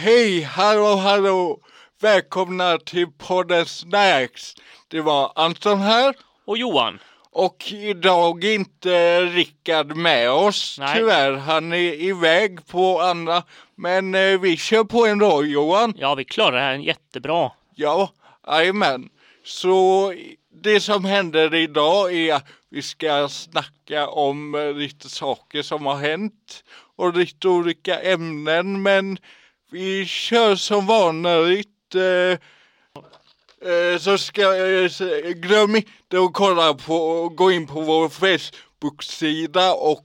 Hej, hallå. Välkomna till podden Snacks. Det var Anton här. Och Johan. Och idag är inte Rickard med oss. Nej. Tyvärr, han är iväg på andra. Men vi kör på en dag, Johan. Ja, vi klarar det här jättebra. Ja, amen. Så det som händer idag är att vi ska snacka om lite saker som har hänt. Och lite olika ämnen, men vi kör som vanligt. Så glöm inte att gå in på vår Facebook-sida och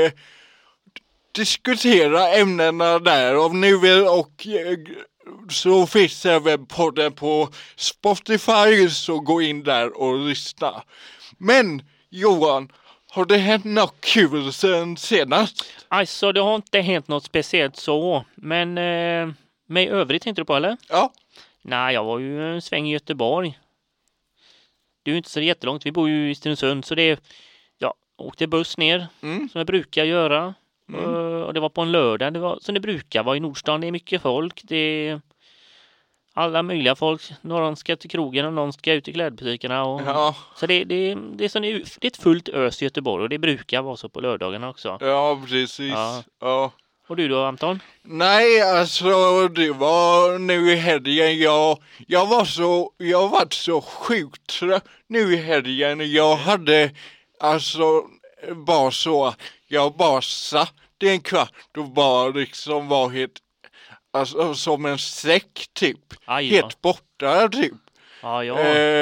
diskutera ämnena där. Om ni vill, och så finns även podden på Spotify, så gå in där och lyssna. Men Johan, har det hänt något kul sen senast? Alltså, det har inte hänt något speciellt så. Men med övrigt tänkte du på, eller? Ja. Nej, jag var ju en sväng i Göteborg. Det är ju inte så jättelångt. Vi bor ju i Stenungsund, så åkte buss ner som jag brukar göra. Och det var på en lördag. Det var som det brukar vara i Nordstan. Det är mycket folk. Det är alla möjliga folk. Någon ska till krogen och någon ska ut i klädbutikerna. Ja. Så det är ett fullt ös i Göteborg, och det brukar vara så på lördagarna också. Ja, precis. Ja. Och du då, Anton? Nej, alltså det var nu i helgen. Jag var så sjukt trött nu i helgen. Jag hade alltså bara så, jag bara satt i en kvart och bara liksom var helt, alltså som en säck typ. Helt borta typ. Ja.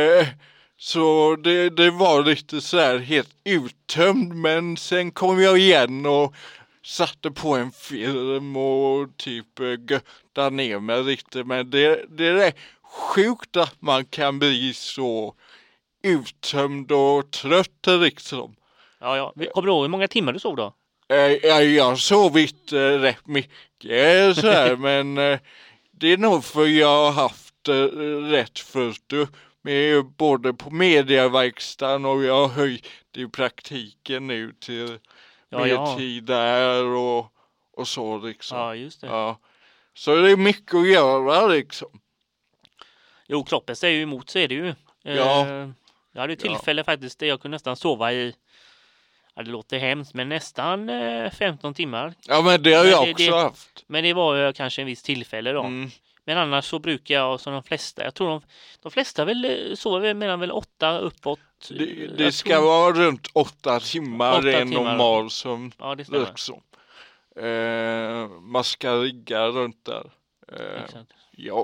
Så det var lite så här helt uttömd, men sen kom jag igen och satte på en film och typ göttade ner mig lite. Men det är sjukt att man kan bli så uttömd och trött liksom. Ja. Kommer du ihåg hur många timmar du sov då? Jag sov inte rätt mycket så här, men det är nog för jag har haft rätt fullt upp med både på medieverkstan, och jag har höjt i praktiken nu till mer tid där och så liksom. Ja, just det. Ja. Så det är mycket att göra liksom. Jo, kroppen säger ju emot, så är det ju. Ja. Jag hade tillfälle faktiskt där jag kunde nästan sova i, det låter hemskt, men nästan 15 timmar. Ja, men det har jag också haft. Men det var ju kanske en viss tillfälle då. Men annars så brukar jag, som de flesta, jag tror de flesta väl sover mellan väl 8 uppåt. Det ska vara runt 8 timmar. 8 det är timmar. normal som det liksom. Man ska rigga runt där. Exakt. Ja.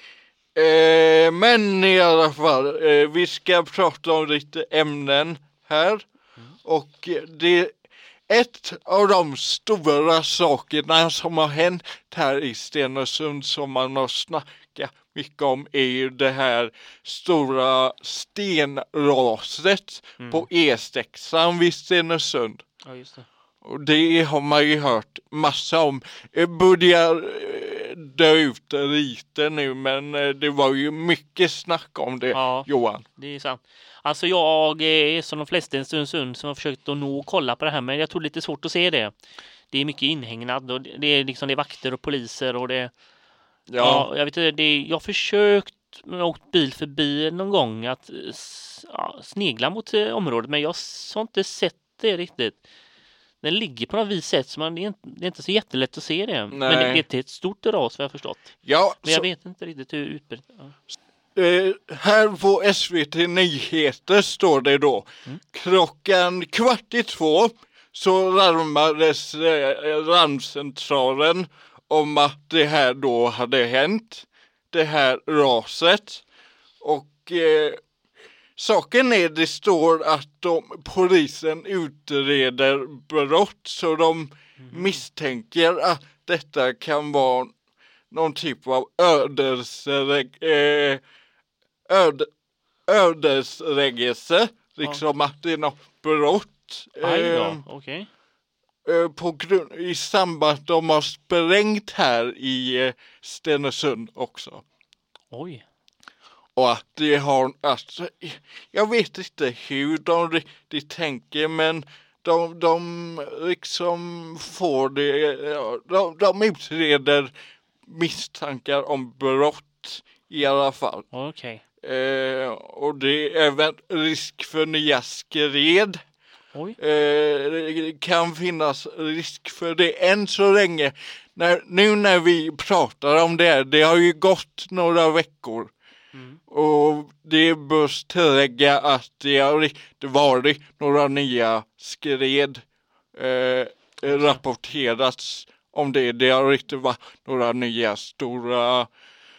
Men i alla fall, vi ska prata om lite ämnen här. Och det ett av de stora sakerna som har hänt här i Stenungsund som man har snackat mycket om är ju det här stora stenraset på E6 vid Stenungsund. Ja, just det. Och det har man ju hört massa om. Det börjar dö ut lite nu, men det var ju mycket snack om det, Johan. Det är sant. Alltså jag är som de flesta i Stenungsund som har försökt att nå och kolla på det här, men jag tror det är lite svårt att se det. Det är mycket inhägnad och det är liksom det är vakter och poliser och det. Ja, jag vet inte, jag har försökt åkt bil förbi någon gång att snegla mot området, men jag har inte sett det riktigt. Den ligger på något vis sätt så det är inte så jättelätt att se det. Nej. Men det är ett stort ras, vad jag förstått. Ja, men jag vet inte riktigt hur utbrett. Ja. Här på SVT Nyheter står det då. 1:15 så larmades larmcentralen om att det här då hade hänt. Det här raset. Och saken är, det står att polisen utreder brott, så de misstänker att detta kan vara någon typ av ödesregelse, liksom att det är något brott. Okej. På grund, i samband att de har sprängt här i Stenungsund också. Oj. Och att det har, alltså, jag vet inte hur de riktigt tänker, men de liksom får det, de utreder misstankar om brott i alla fall. Okej. Och det är även risk för nya skred. Oj. Det kan finnas risk för det än så länge. Nu när vi pratar om det har ju gått några veckor. Och det bör tillägga att det har inte varit några nya skred rapporterats om det. Det har inte varit några nya stora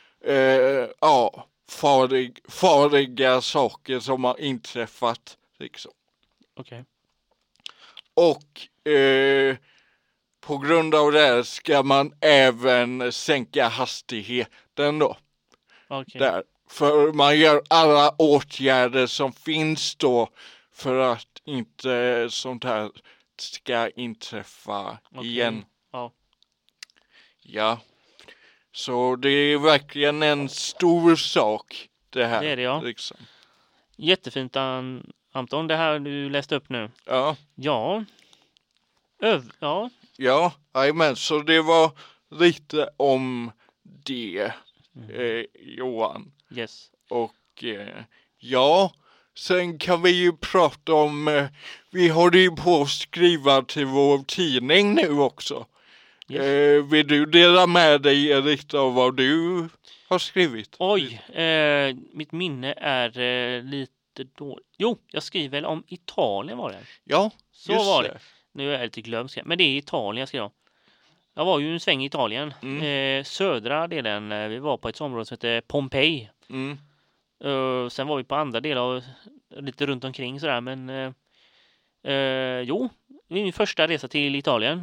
farliga saker som har inträffat liksom. Okej. Och på grund av det här ska man även sänka hastigheten då. Okej. Där. För man gör alla åtgärder som finns då för att inte sånt här ska inträffa igen. Ja. Ja. Så det är verkligen en stor sak det här. Det är det, ja. Liksom. Jättefint, Anton, det här du läste upp nu. Ja. Ja. Ja. Ja, men så det var lite om det, Johan. Yes. Och ja, sen kan vi ju prata om, vi håller ju på att skriva till vår tidning nu också. Yes. Vill du dela med dig lite av vad du har skrivit? Oj, mitt minne är lite dåligt. Jo, jag skriver väl om Italien var det. Ja, så just var det. Nu är jag lite glömsk, men det är Italien jag skrev om. Jag var ju en sväng i Italien. Södra delen, vi var på ett område som heter Pompeji. Sen var vi på andra delar lite runt omkring sådär, men jo, det är min första resa till Italien.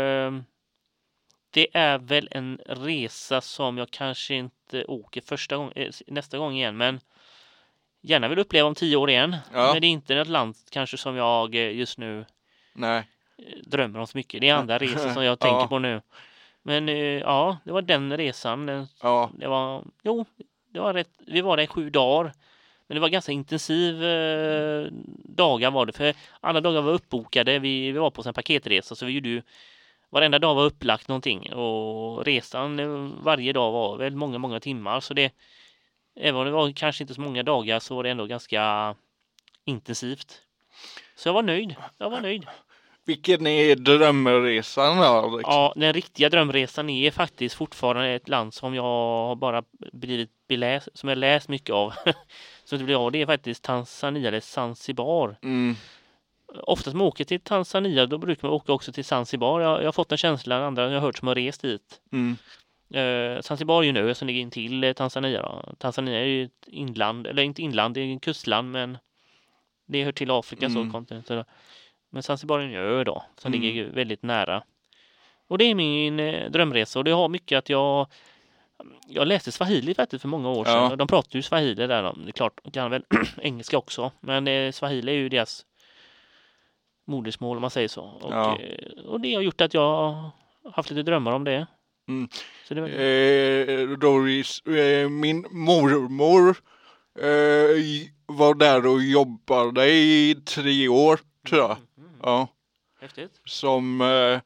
Det är väl en resa som jag kanske inte åker nästa gång igen, men gärna vill uppleva om 10 år igen. Ja. Men det är inte ett land kanske som jag just nu drömmer om så mycket. Det är andra resor som jag tänker på nu. Men ja, det var den resan. Det var rätt. Vi var där i 7 dagar. Men det var ganska intensiv dagar var det. För alla dagar var uppbokade. Vi var på en paketresa, så vi gjorde ju varenda dag var upplagt någonting. Och resan varje dag var väl många timmar. Så det, även om det var kanske inte så många dagar, så var det ändå ganska intensivt. Så jag var nöjd. Vilken är drömresan då? Liksom? Ja, den riktiga drömresan är faktiskt fortfarande ett land som jag har bara som jag läst mycket av. Så det blir det är faktiskt Tanzania eller Zanzibar. Oftast man åker till Tanzania, då brukar man åka också till Zanzibar. Jag har fått en känsla, andra jag har hört som har rest dit. Zanzibar är ju en ö som ligger in till Tanzania då. Tanzania är ju ett inland, eller inte inland, det är en kustland, men det hör till Afrika så kontinenten. Men Zanzibar är en ö då, som ligger väldigt nära. Och det är min drömresa, och det har mycket att jag läste swahili faktiskt för många år sedan. De pratar ju swahili där då. Det är klart, de kan väl engelska också, men swahili är ju deras modersmål om man säger så. Och det har gjort att jag har haft lite drömmar om det. Så det var Doris, min mormor var där och jobbade i 3 år tror jag. Ja. Häftigt. Som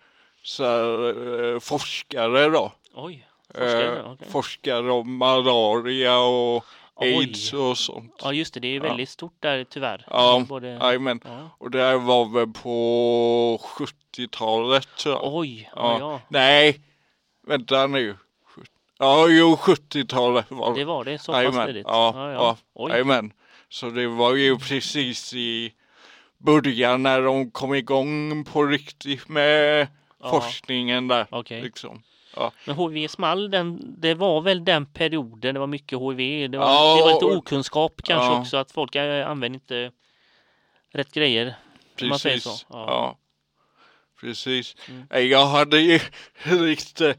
forskare då. Oj. Forskare om malaria och AIDS och sånt. Ja just det, det är väldigt stort där tyvärr. Ja, och det här var väl på 70-talet tror jag. Oj, Nej, vänta nu. 70-talet var det. Det var det, så pass tidigt. Amen. Så det var ju precis i början när de kom igång på riktigt med forskningen där. Liksom. Ja. Men HIV small, det var väl den perioden det var mycket HIV. Det var lite okunskap kanske också, att folk använder inte rätt grejer. Precis. Man säger så. Ja. Precis. Jag hade ju lite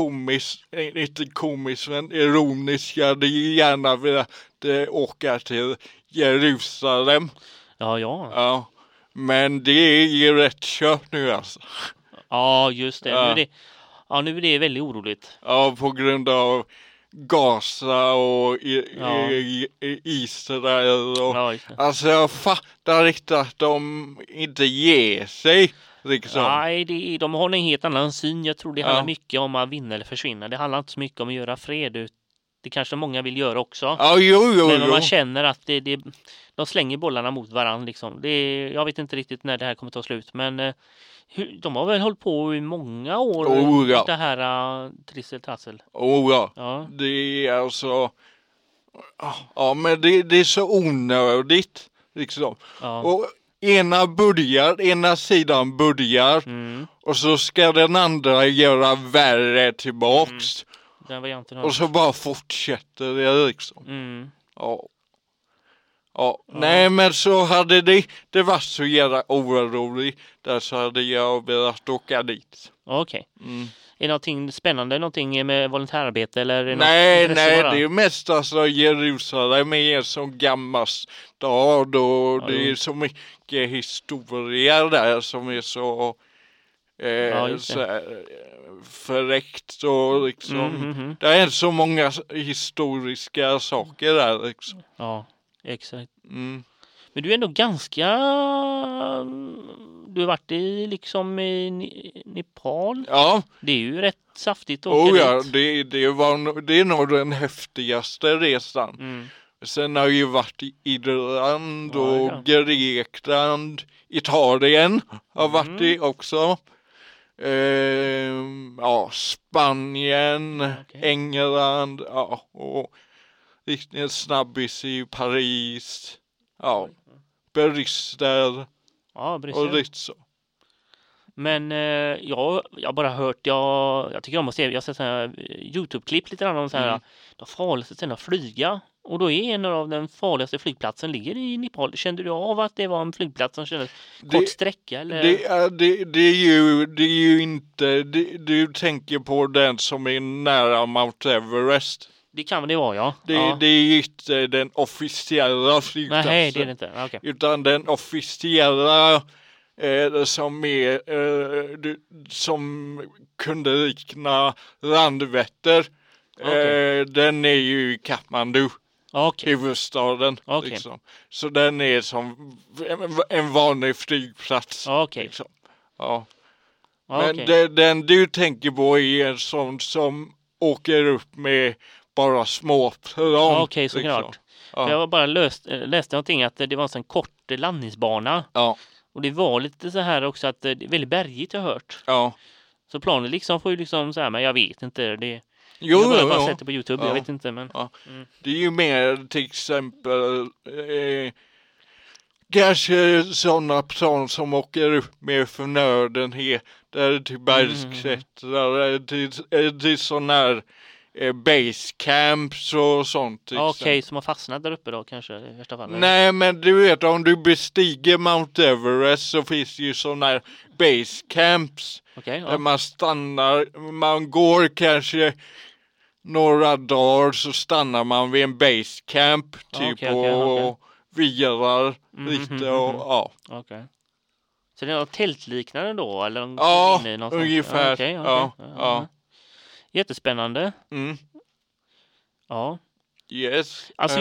komiskt men ironiskt. Jag hade ju gärna velat åka till Jerusalem. Ja. Men det är ju rätt kört nu alltså. Ja, just det. Nu är det väldigt oroligt. Ja, på grund av Gaza och Israel. Och, alltså jag fattar inte att de inte ger sig. liksom. Nej, de har en helt annan syn. Jag tror det handlar mycket om att vinna eller försvinna. Det handlar inte så mycket om att göra fred. Det kanske många vill göra också. Men om man känner att de slänger bollarna mot varandra. Liksom. Jag vet inte riktigt när det här kommer ta slut. Men de har väl hållit på i många år. Det här trissel-trassel. Ja. Det är alltså... Ja, men det är så onödigt. Liksom. Ja. Och ena sidan börjar och så ska den andra göra värre tillbaks. Och så bara fortsätter det liksom. Ja. Nej, men så hade det var så jävla oroligt. Där så hade jag velat åka dit. Okej. Är det någonting spännande, någonting med volontärarbete? Eller är nej, det är mest alltså Jerusalem är så gammal stad och det är så mycket historia där som är så, så förräckt och liksom. Det är så många historiska saker där liksom. Ja, exakt. Men du är ändå ganska... Du har varit i liksom i Nepal. Ja. Det är ju rätt saftigt att åka dit. Det är nog den häftigaste resan. Sen har jag ju varit i Irland och Grekland. Italien har varit i också. Spanien, England. Och riktigt snabbis i Paris. Bryssel. Och lite så. Men jag har bara hört, jag tycker om att se, jag har sett sådana här YouTube-klipp lite grann om så här, de farligaste ställena att flyga. Och då är en av den farligaste flygplatsen ligger i Nepal. Kände du av att det var en flygplats som kändes kort sträcka? Eller? Det är ju inte, du tänker på den som är nära Mount Everest. Det kan det vara, ja. Det är inte den officiella flygplatsen. Nej, det är det inte. Okay. Utan den officiella som är som kunde likna Landvetter. Den är ju i Kathmandu. Huvudstaden. Liksom. Så den är som en vanlig flygplats. Liksom. Ja. Men den du tänker på är en sån som åker upp med bara små plan. Okej, såklart. Liksom. Ja. Jag bara läste någonting att det var en sån kort landningsbana. Ja. Och det var lite så här också att det är väldigt bergigt, jag har hört. Ja. Så planen liksom får ju liksom så här, men jag vet inte. Jag har bara sett det på YouTube, jag vet inte. Men, det är ju mer till exempel kanske sådana plan som åker upp med förnödenheter till bergsklättrare, till sådana här basecamps och sånt. Okej, som har fastnat där uppe då kanske i värsta fall? Nej, men du vet, om du bestiger Mount Everest så finns det ju sådana här basecamps där man stannar, man går kanske några dagar så stannar man vid en basecamp typ och vilar lite och Så det är något tältliknande då? Eller ungefär. Ja. Jättespännande. Ja. Yes. Alltså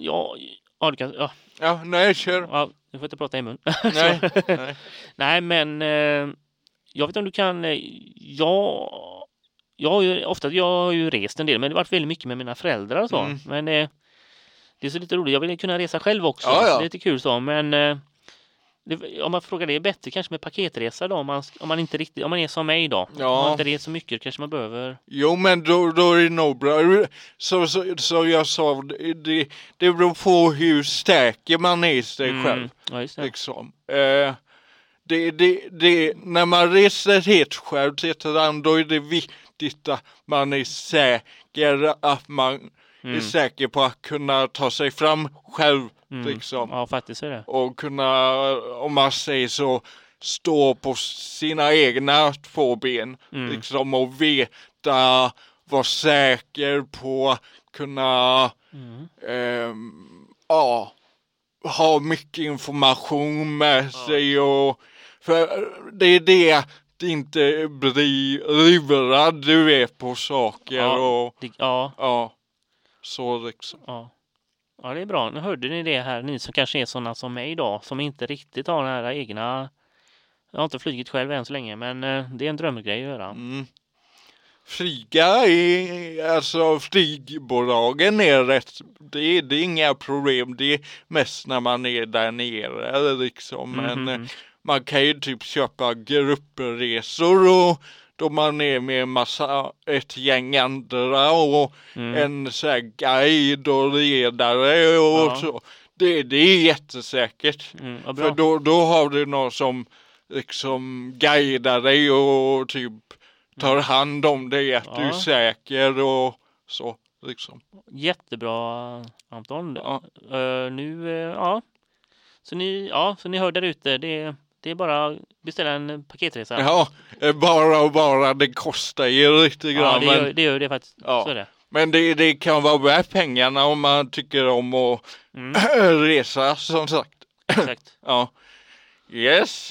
nej, kör. Ja, du får inte prata i mun. Nej. Nej, men jag vet inte om du kan... Jag har ju rest en del, men det har varit väldigt mycket med mina föräldrar och så. Men det är så lite roligt. Jag vill kunna resa själv också. Det är lite kul så, men om man frågar det är bättre kanske med paketresa då, om man inte riktigt, om man är som mig då. Om man inte reser så mycket kanske man behöver. Jo, men då är det nog bra. Så jag sa, det beror på hur säker man är i sig själv. Ja, just det. Liksom. När man reser helt själv till ett land, då är det viktigt att man är säker, att man är säker på att kunna ta sig fram själv. Liksom. Ja, faktiskt är det. Och kunna, om man säger så, stå på sina egna två ben. Liksom, och veta, vara säker på att kunna ha mycket information med sig. Och, för det är det att inte bli lurad, du vet, på saker. Så liksom. Ja, det är bra. Nu hörde ni det här, ni som kanske är sådana som mig idag, som inte riktigt har den här egna Jag har inte flugit själv än så länge, men det är en drömgrej att göra. Alltså flygbolagen är rätt, det är inga problem, det är mest när man är där nere liksom, men man kan ju typ köpa gruppresor och då man är med ett gäng andra och en så här guide och ledare och så. Det är jättesäkert. För då har du någon som liksom guidar dig och typ tar hand om dig att du är säker och så liksom. Jättebra, Anton. Så ni hör där ute, det är bara att beställa en paketresa. Ja, bara det kostar ju lite grann. Ja, det gör det faktiskt. Ja. Så är det. Men det kan vara värt pengarna om man tycker om att resa, som sagt. Exakt. Ja. Yes.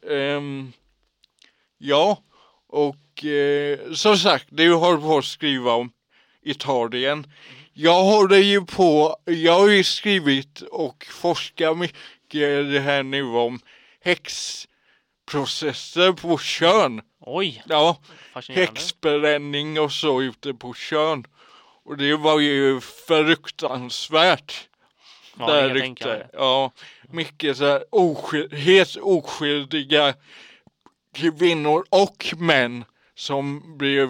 Ja, och som sagt, du har på att skriva om Italien. Jag har ju skrivit och forskat mycket det här nu om häxprocesser på Tjörn. Oj, ja, fascinerande. Häxbränning och så ute på Tjörn. Och det var ju fruktansvärt. Ja, där ute. Ja, mycket så här helt oskyldiga kvinnor och män som blev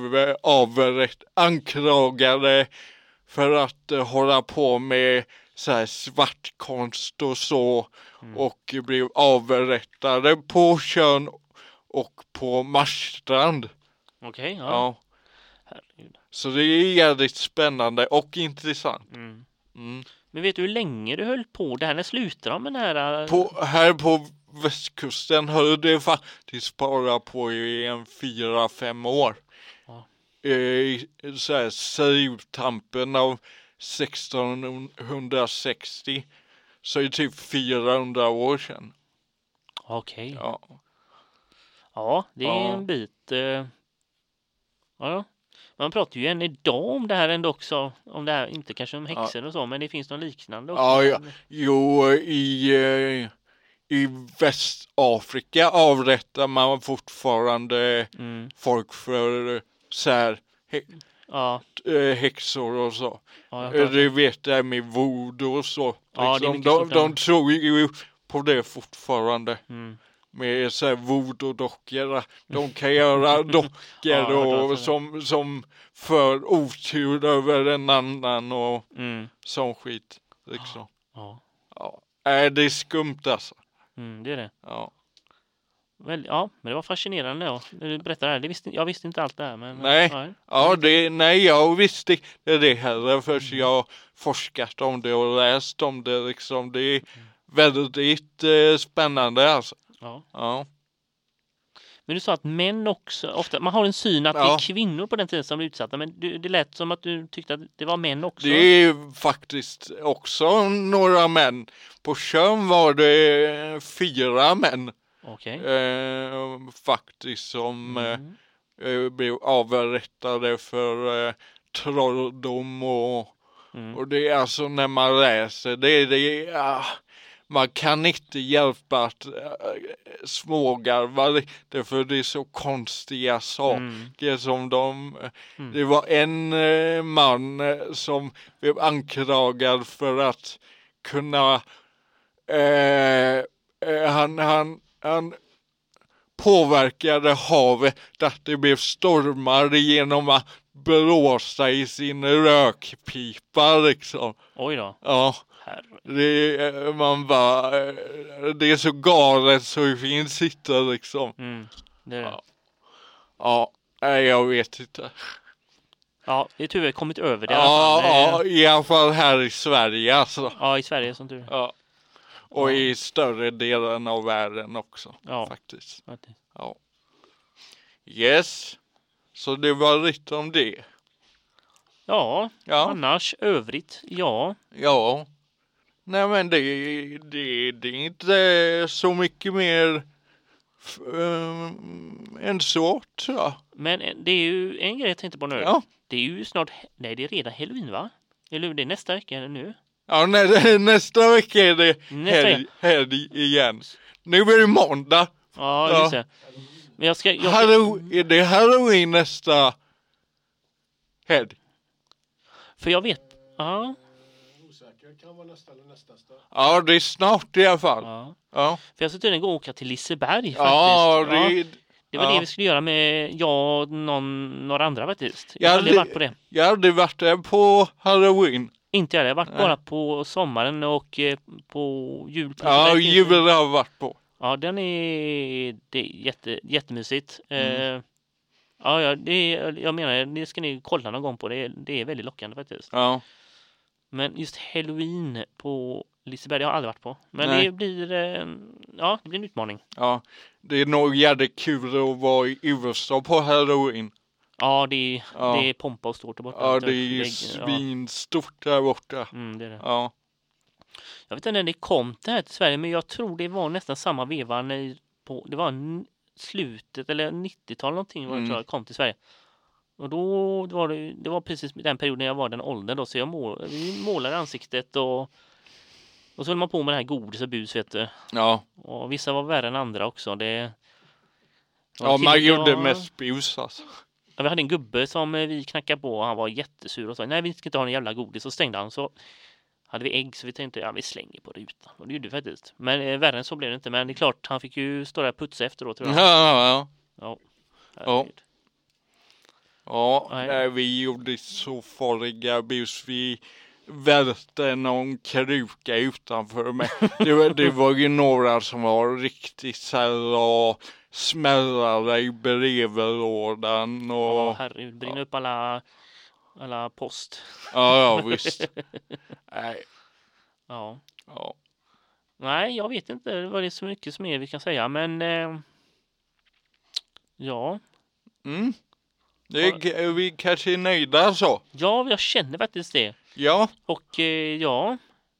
anklagade för att hålla på med så här svartkonst och så och blev avrättade på Tjörn och på Marstrand. Okej, ja. Så det är jävligt spännande och intressant. Men vet du hur länge du höll på? Det här när slutade de med den här... Här på västkusten höll det faktiskt bara på i 4-5 år. Ja. Så här sluttampen av 1660. Så är det typ 400 år sedan. Okej. Ja. Ja, det är en bit. Ja. Man pratar ju än idag om det här ändå också. Om det här, inte kanske om häxor och så, men det finns något liknande också. Ja. Jo, i Västafrika avrättar man fortfarande folk för så här häxor och så. Ja, det vet jag med voodoo och så. Ja, liksom. De tror ju på det fortfarande. Med så här voodoo-dockor. De kan göra dockor och som för otur över en annan och sån skit. Liksom. Ja. Det är skumt alltså. Det är det. Ja. Men det var fascinerande. Ja. Du berättade det här. Jag visste inte allt det här. Men, jag visste det heller för jag har forskat om det och läst om det. Liksom. Det är väldigt spännande alltså. Ja. Men du sa att män också, ofta, man har en syn att det är kvinnor på den tiden som är utsatta, men det lät som att du tyckte att det var män också. Det är faktiskt också några män. På Tjörn var det 4 män. Okej. Faktiskt som blev avrättade för trolldom och det är alltså när man läser det man kan inte hjälpa att smågarva det för det är så konstiga saker som det var en man som blev anklagad för att kunna han påverkade havet att det blev stormar genom att blåsa i sin rökpipa liksom. Oj då. Ja. Det är så galet så det finns inte liksom. Det är det. Ja, jag vet inte. Ja, det är tur vi har kommit över det. I alla fall här i Sverige alltså. Ja, i Sverige som tur. Ja. Och i större delen av världen också faktiskt. Ja. Yes. Så det var lite om det. Ja. Annars övrigt, Ja. Nej men det är inte så mycket mer än så tror jag. Men det är ju en grej jag tänkte på nu. Ja. Det är ju snart, nej det är redan Halloween va? Eller det är nästa vecka eller nu? Ja, nästa vecka är det helg igen. Nu är det måndag. Ja, just det. Men Är det Halloween nästa helg? För jag vet... Ja. Kan vara nästa. Ja, det är snart i alla fall. Ja. För jag ska tydligen gå och åka till Liseberg faktiskt. Ja, det var det vi skulle göra med jag och några andra faktiskt. Jag har aldrig varit på det. Jag har aldrig varit där på Halloween. Inte jag har varit bara på sommaren och på jul. Ja, jul har jag varit på. Ja, det är jättemysigt. Jag menar, det ska ni kolla någon gång på. Det är väldigt lockande faktiskt. Ja. Men just Halloween på Liseberg har jag aldrig varit på. Men det blir en utmaning. Ja, det är nog jävligt kul att vara i USA på Halloween. Ja, det är pompa och stort där borta. Ja, det är svinstort där borta. Det är det. Ja. Jag vet inte när det kom det här till Sverige, men jag tror det var nästan samma veva det var slutet eller 90-tal någonting tror jag kom till Sverige. Och då det var precis den perioden jag var den åldern då, så jag målade ansiktet och så höll man på med det här godis och bus, vet du. Ja. Och vissa var värre än andra också. Man gjorde mest bus alltså. Ja, vi hade en gubbe som vi knackade på och han var jättesur och sa nej, vi ska inte ha en jävla godis, och stängde han. Så hade vi ägg, så vi tänkte vi slänger på rutan, och det gjorde vi faktiskt. Men värre än så blev det inte, men det är klart han fick ju stå där och putsa efteråt, tror jag. Ja, vi gjorde så farliga bus. Vi välte någon kruka utanför mig. Det var ju några som var riktigt sälja och smällade i brevlådan. Och herregud, brinna upp alla post. Ja, visst. Nej. Ja. Nej, jag vet inte vad det är så mycket som är vi kan säga, men ja. Vi kanske är nöjda så. Ja, jag känner faktiskt det. Ja. Och ja.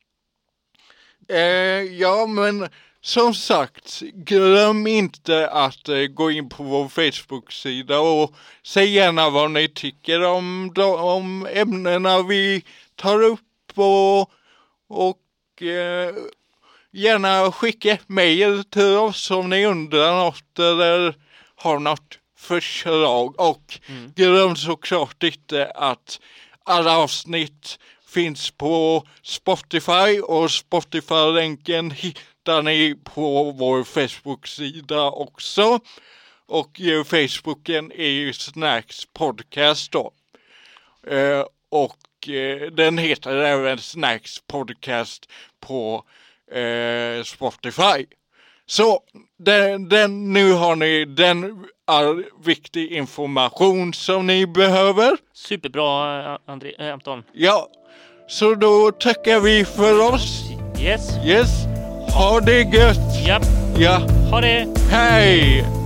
Ja, men som sagt, glöm inte att gå in på vår Facebook-sida och säg gärna vad ni tycker om ämnena vi tar upp och gärna skicka mejl till oss om ni undrar något eller har något förslag. Och glöm såklart inte att alla avsnitt finns på Spotify, och Spotify-länken hittar ni på vår Facebook-sida också. Och Facebooken är ju Snacks Podcast då. Och den heter även Snacks Podcast på Spotify. Så nu har ni den viktig information som ni behöver. Superbra, Anton. Ja, så då tackar vi för oss. Yes. Ha det gött. Japp. Ja. Ha det. Hej.